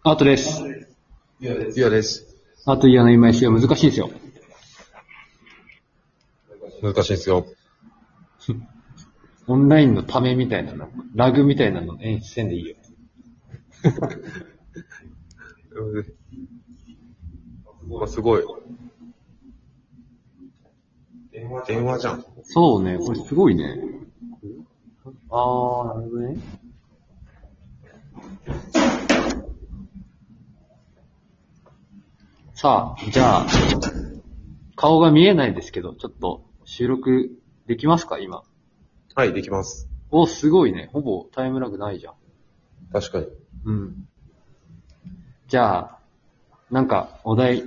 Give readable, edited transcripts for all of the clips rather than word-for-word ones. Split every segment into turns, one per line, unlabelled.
アートです。
ゆうです。
アート嫌な今 SEO 難しいですよ。
難しいですよ。
オンラインのためみたいなの、ラグみたいなの演出せんでいいよ。
すごい。電話じゃん。
そうね、これすごいね。なるほどね。さあ、じゃあ、顔が見えないですけど、ちょっと収録できますか、今。
はい、できます。
お、すごいね。ほぼタイムラグないじゃん。
確かに。
うん。じゃあ、なんか、お題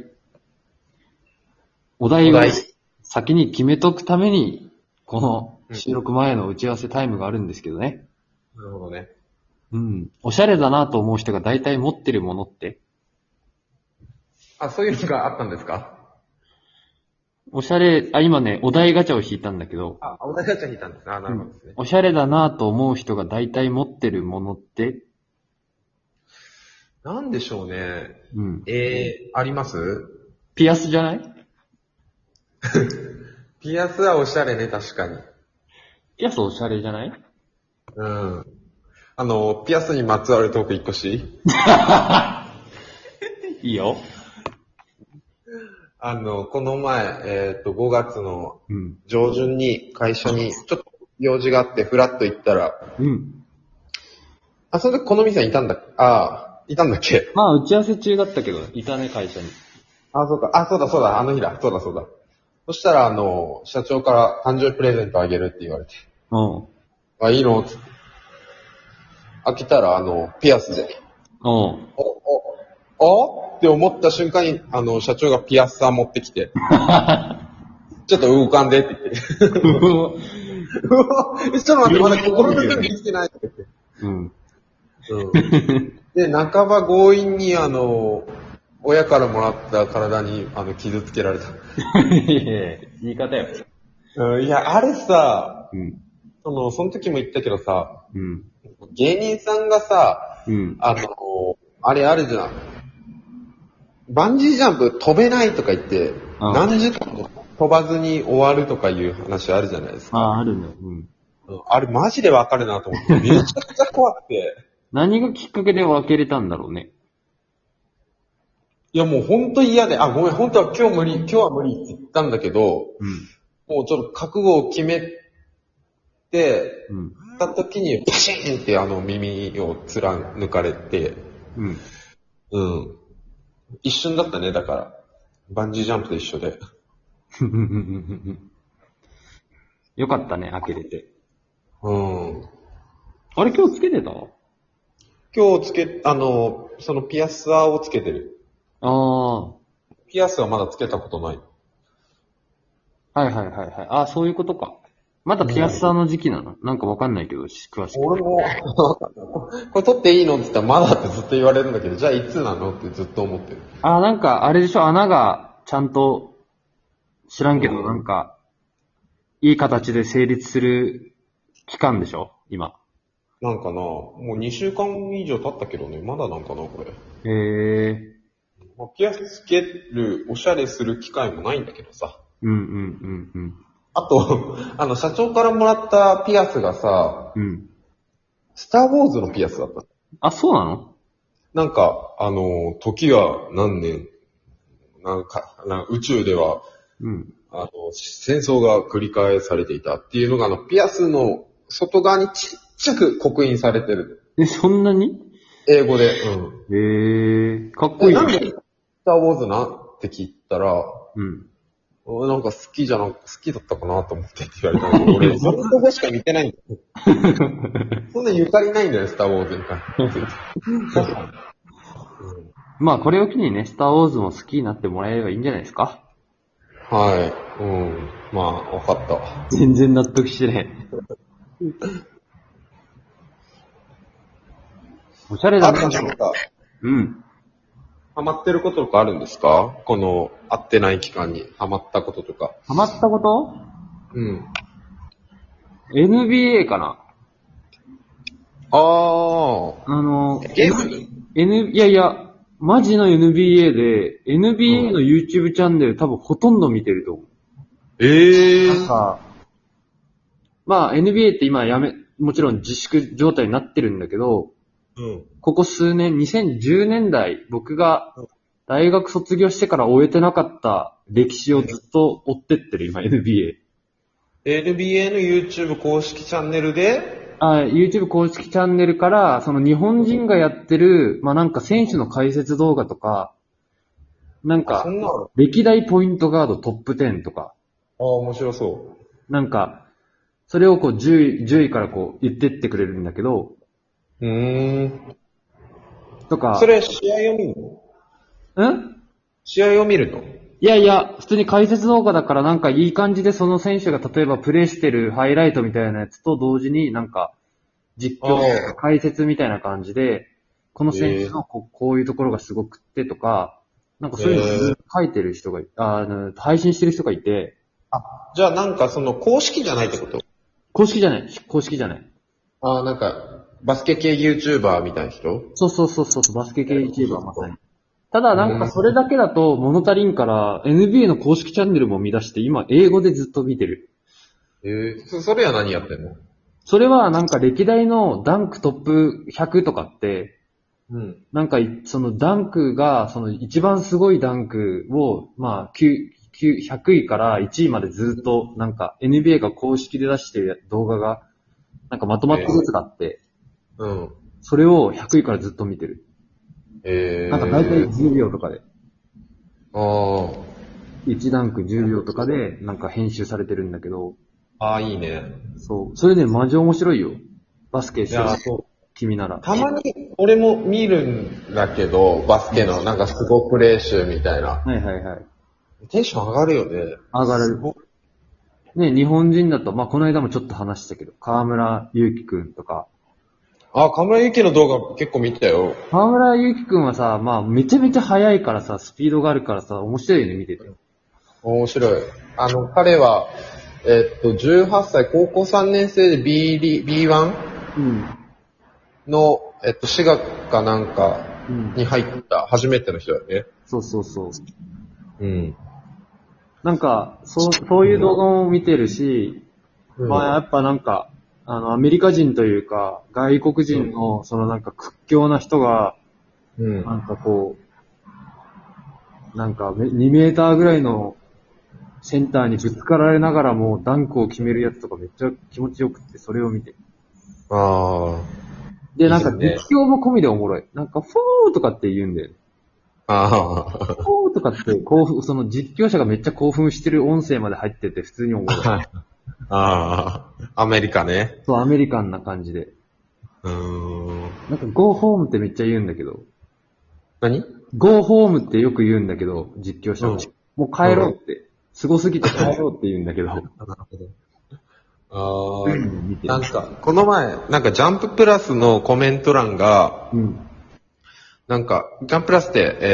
を先に決めとくために、この収録前の打ち合わせタイムがあるんですけどね。
なるほどね。
うん。おしゃれだなと思う人が大体持ってるものって？
あ、そういうのがあったんですか？
おしゃれ、今ね、お題ガチャを引いたんだけど、
あ、お題ガチャ引いたんですね。あ、なるほどですね。
おしゃれだなと思う人が大体持ってるものって？
なんでしょうね。
うん。
あります？
ピアスじゃない？
ピアスはおしゃれね、確かに。
ピアスおしゃれじゃない？
うん。ピアスにまつわるトーク1個し
いいよ。
この前、5月の
うん。
上旬に会社にちょっと用事があってフラッと行ったら、
うん。
あ、その時この店にいたんだっけ？
まあ、打ち合わせ中だったけど、いたね、会社に。
あ、そうか。あ、そうだ、あの日だ。そうだ。そしたら、社長から誕生日プレゼントあげるって言われて。
うん。
あ、いいの？つって開けたら、ピアスで。
うん。
って思った瞬間に、社長がピアスー持ってきて。ちょっと動かんでって言って。うわちょっと待って、まだ心の準備してないって言って。
うん。
で、半ば強引に、親からもらった体に、傷つけられた。
言い方よ。
いや、あれさ、
うん。
その時も言ったけどさ、
うん。
芸人さんがさ、
うん。
あれあるじゃん。バンジージャンプ飛べないとか言って、何時間も飛ばずに終わるとかいう話あるじゃないですか。
あるね。うん。
あれマジでわかるなと思って、めちゃくちゃ怖くて。
何がきっかけで分けれたんだろうね。
いやもうほんと嫌で、ごめん、本当は今日は無理って言ったんだけど、
うん。
もうちょっと覚悟を決めて、
うん。
た時にパシーンって耳を貫かれて、
うん。
うん。一瞬だったね、だから。バンジージャンプと一緒で。
よかったね、開けれて。
うん。
あれ今日つけてた？
今日そのピアスーをつけてる。
あ
ピアスはまだつけたことない。
あ。はい。そういうことか。まだピアッサーの時期なの？なんかわかんないけど、詳しく。
俺も、これ取っていいのって言ったらまだってずっと言われるんだけど、じゃあいつなのってずっと思ってる。
なんか、あれでしょ、穴がちゃんと、知らんけど、なんか、いい形で成立する期間でしょ今。
なんかな、もう2週間以上経ったけどね、まだなんかな、これ。
へえ。
まあ、ピアスつける、おしゃれする機会もないんだけどさ。
うん。
あと、社長からもらったピアスがさ、
うん。
スターウォーズのピアスだった。
あ、そうなの？
なんか、時は何年、宇宙では、
うん。
戦争が繰り返されていたっていうのが、ピアスの外側にちっちゃく刻印されてる。
そんなに？
英語で。うん。
へえ、かっこいい。
なんで、スターウォーズなって聞いたら、
うん。
なんか好きだったかなと思ってって言われたんだけど、俺、そのとこしか見てないんだよ。そんなゆかりないんだよ、スターウォーズに関して。
まあ、これを機にね、スターウォーズも好きになってもらえればいいんじゃないですか？
はい。まあ、わかったわ。
全然納得してない。おしゃれだったんだ。うん。
ハマってることとかあるんですか？この、会ってない期間にハマったこととか。
ハマったこと？
うん。
NBA かな。
ゲームに？
いや、 マジの NBA で、NBA の YouTube チャンネル多分ほとんど見てると思う。なんか、まあ NBA って今もちろん自粛状態になってるんだけど、
うん。
ここ数年、2010年代、僕が大学卒業してから終えてなかった歴史をずっと追ってってる、今 NBA。
NBA の YouTube 公式チャンネルで、
YouTube 公式チャンネルから、その日本人がやってる、まあなんか選手の解説動画とか、なんか
そんなの
歴代ポイントガードトップ10とか、
面白そ
なんか、それをこう10位からこう言ってってくれるんだけど、
う。
とか、
それ、試合を見るの？試合を見るの？
いやいや、普通に解説動画だからなんかいい感じでその選手が例えばプレイしてるハイライトみたいなやつと同時になんか実況、解説みたいな感じで、この選手のこういうところがすごくってとか、なんかそういうのを書いてる人が配信してる人がいて。
じゃあなんかその公式じゃないってこと？
公式じゃない。公式じゃない。
なんか、バスケ系 YouTuber みたいな人？
そう、バスケ系 YouTuber まさに。ただなんかそれだけだと物足りんから NBA の公式チャンネルも見出して今英語でずっと見てる。
それは何やってんの？
それはなんか歴代のダンクトップ100とかって、なんかそのダンクが、その一番すごいダンクを、まあ100位から1位までずっとなんか NBA が公式で出してる動画がなんかまとまってるやつがあって、それを100位からずっと見てる。なんか大体10秒とかで。1ダンク10秒とかで、なんか編集されてるんだけど。
いいね。
そう。それね、マジ面白いよ。バスケしてる君なら。
たまに俺も見るんだけど、バスケのなんかすごプレー集みたいな。
はい。
テンション上がるよね。
上がる。ね、日本人だと、まあ、この間もちょっと話したけど、河村勇輝くんとか。
河村勇輝の動画結構見たよ。
河村勇輝くんはさ、まあ、めちゃめちゃ速いからさ、スピードがあるからさ、面白いよね、見てて。
面白い。彼は、18歳、高校3年生で B1？の、滋賀かなんかに入った初めての人だよね。
そう。なんか、そういう動画も見てるし、まあやっぱなんか、アメリカ人というか、外国人の、そのなんか屈強な人が、なんかこう、なんか2メーターぐらいのセンターにぶつかられながらもダンクを決めるやつとかめっちゃ気持ちよくって、それを見て。で、なんか実況も込みでおもろい。なんか、フォーとかって言うんだよね。フォーとかって、その実況者がめっちゃ興奮してる音声まで入ってて普通におもろい。
アメリカね。
そう、アメリカンな感じで。なんか、go home ってめっちゃ言うんだけど。
何？
go home ってよく言うんだけど、実況者は。もう帰ろうって。凄すぎて帰ろうって言うんだけど。
なんか、この前、なんかジャンププラスのコメント欄が、なんか、ジャンププラスって、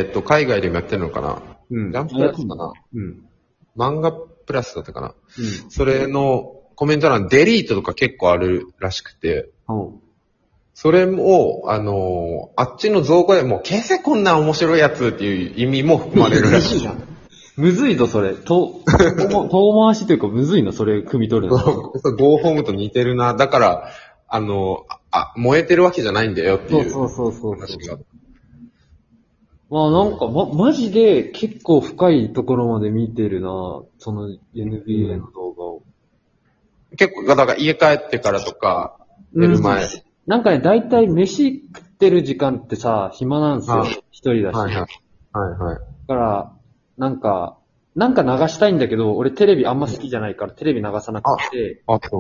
海外でもやってるのかな？ジャンププラスかな？漫画プラスだったかな？それのコメント欄、デリートとか結構あるらしくて、それも、あっちの造語でもう消せこんな面白いやつっていう意味も含まれるらしい。
むずいぞ、それ。遠回しというか、むずいな、それ、汲み取るの。
ゴーホームと似てるな。だから、燃えてるわけじゃないんだよっていう。
そう。まあなんか、マジで結構深いところまで見てるな、その NBA の動画を。
結構、だから家帰ってからとか、寝る前。
なんかね、だいたい飯食ってる時間ってさ、暇なんですよ。一人だし。
はい。だ
から、なんか流したいんだけど、俺テレビあんま好きじゃないからテレビ流さなくて。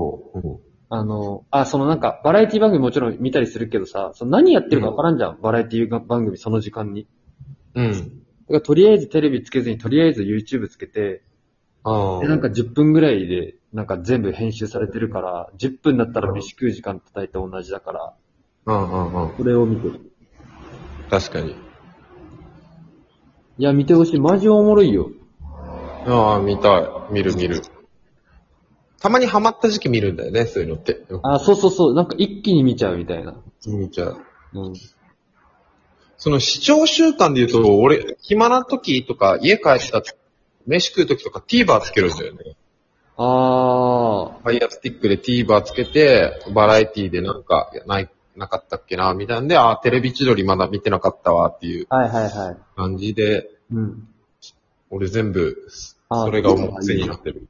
そのなんか、バラエティ番組もちろん見たりするけどさ、その何やってるかわからんじゃん、バラエティ番組その時間に。だからとりあえずテレビつけずに、とりあえず YouTube つけて、で、なんか10分ぐらいで、なんか全部編集されてるから、10分だったら飯食う時間と大体同じだから、それを見てる。
確かに。
いや、見てほしい。マジおもろいよ。
見たい。見る。たまにハマった時期見るんだよね、そういうのって。
そう。なんか一気に見ちゃうみたいな。
見ちゃう。 その視聴習慣で言うと、俺、暇な時とか、家帰った飯食う時とか TVer つけるんだよね。
あ
ファイヤースティックで TVer つけて、バラエティでなんかなかったっけな、みたいなんで、テレビ千鳥まだ見てなかったわっていう
はいはいはい。
感じで、
うん。
俺全部、それがもう癖になってる。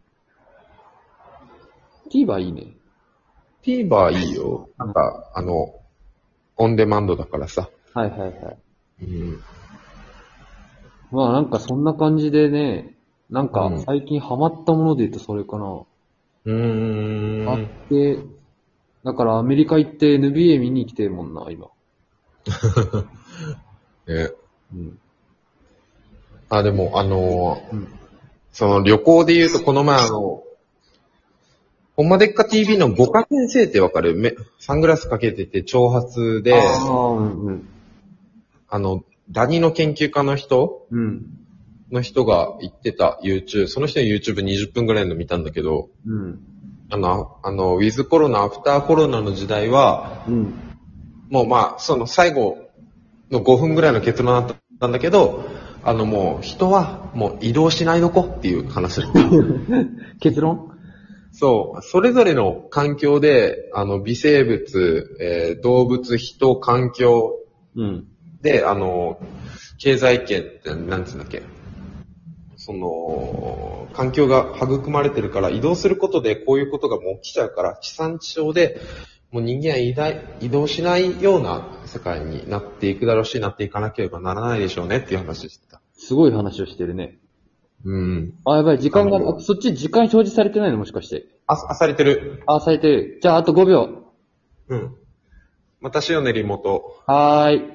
TVer いいね。
TVer いいよ。なんか、オンデマンドだからさ。
はいはいはい。
うん。
まあなんかそんな感じでね、なんか最近ハマったもので言うとそれかな。あって、だからアメリカ行って NBA 見に来てるもんな、今。
ね。
うん。
でも、
うん。
その旅行で言うと、この前ほんまでっか TV の五花先生ってわかる？サングラスかけてて長髪で、
うんうん。
ダニの研究家の人
うん。
の人が言ってた YouTube、その人の YouTube20 分ぐらいの見たんだけど、
うん。
ウィズコロナ、アフターコロナの時代は、
うん。
もうまあ、その最後の5分ぐらいの結論だったんだけど、もう人はもう移動しないどこっていう話だった。
結論？
そう、それぞれの環境で、微生物、動物、人、環境
うん。
で、経済圏って、なんつうんだっけ。その、環境が育まれてるから、移動することでこういうことがもう起きちゃうから、地産地消で、もう人間は移動しないような世界になっていくだろうし、なっていかなければならないでしょうねっていう話でした。
すごい話をしてるね。
うん。
やばい、時間が、そっち時間表示されてないのもしかして。
されてる。
されてる。じゃあ、あと5秒。
うん。またしようね、リモート。
はーい。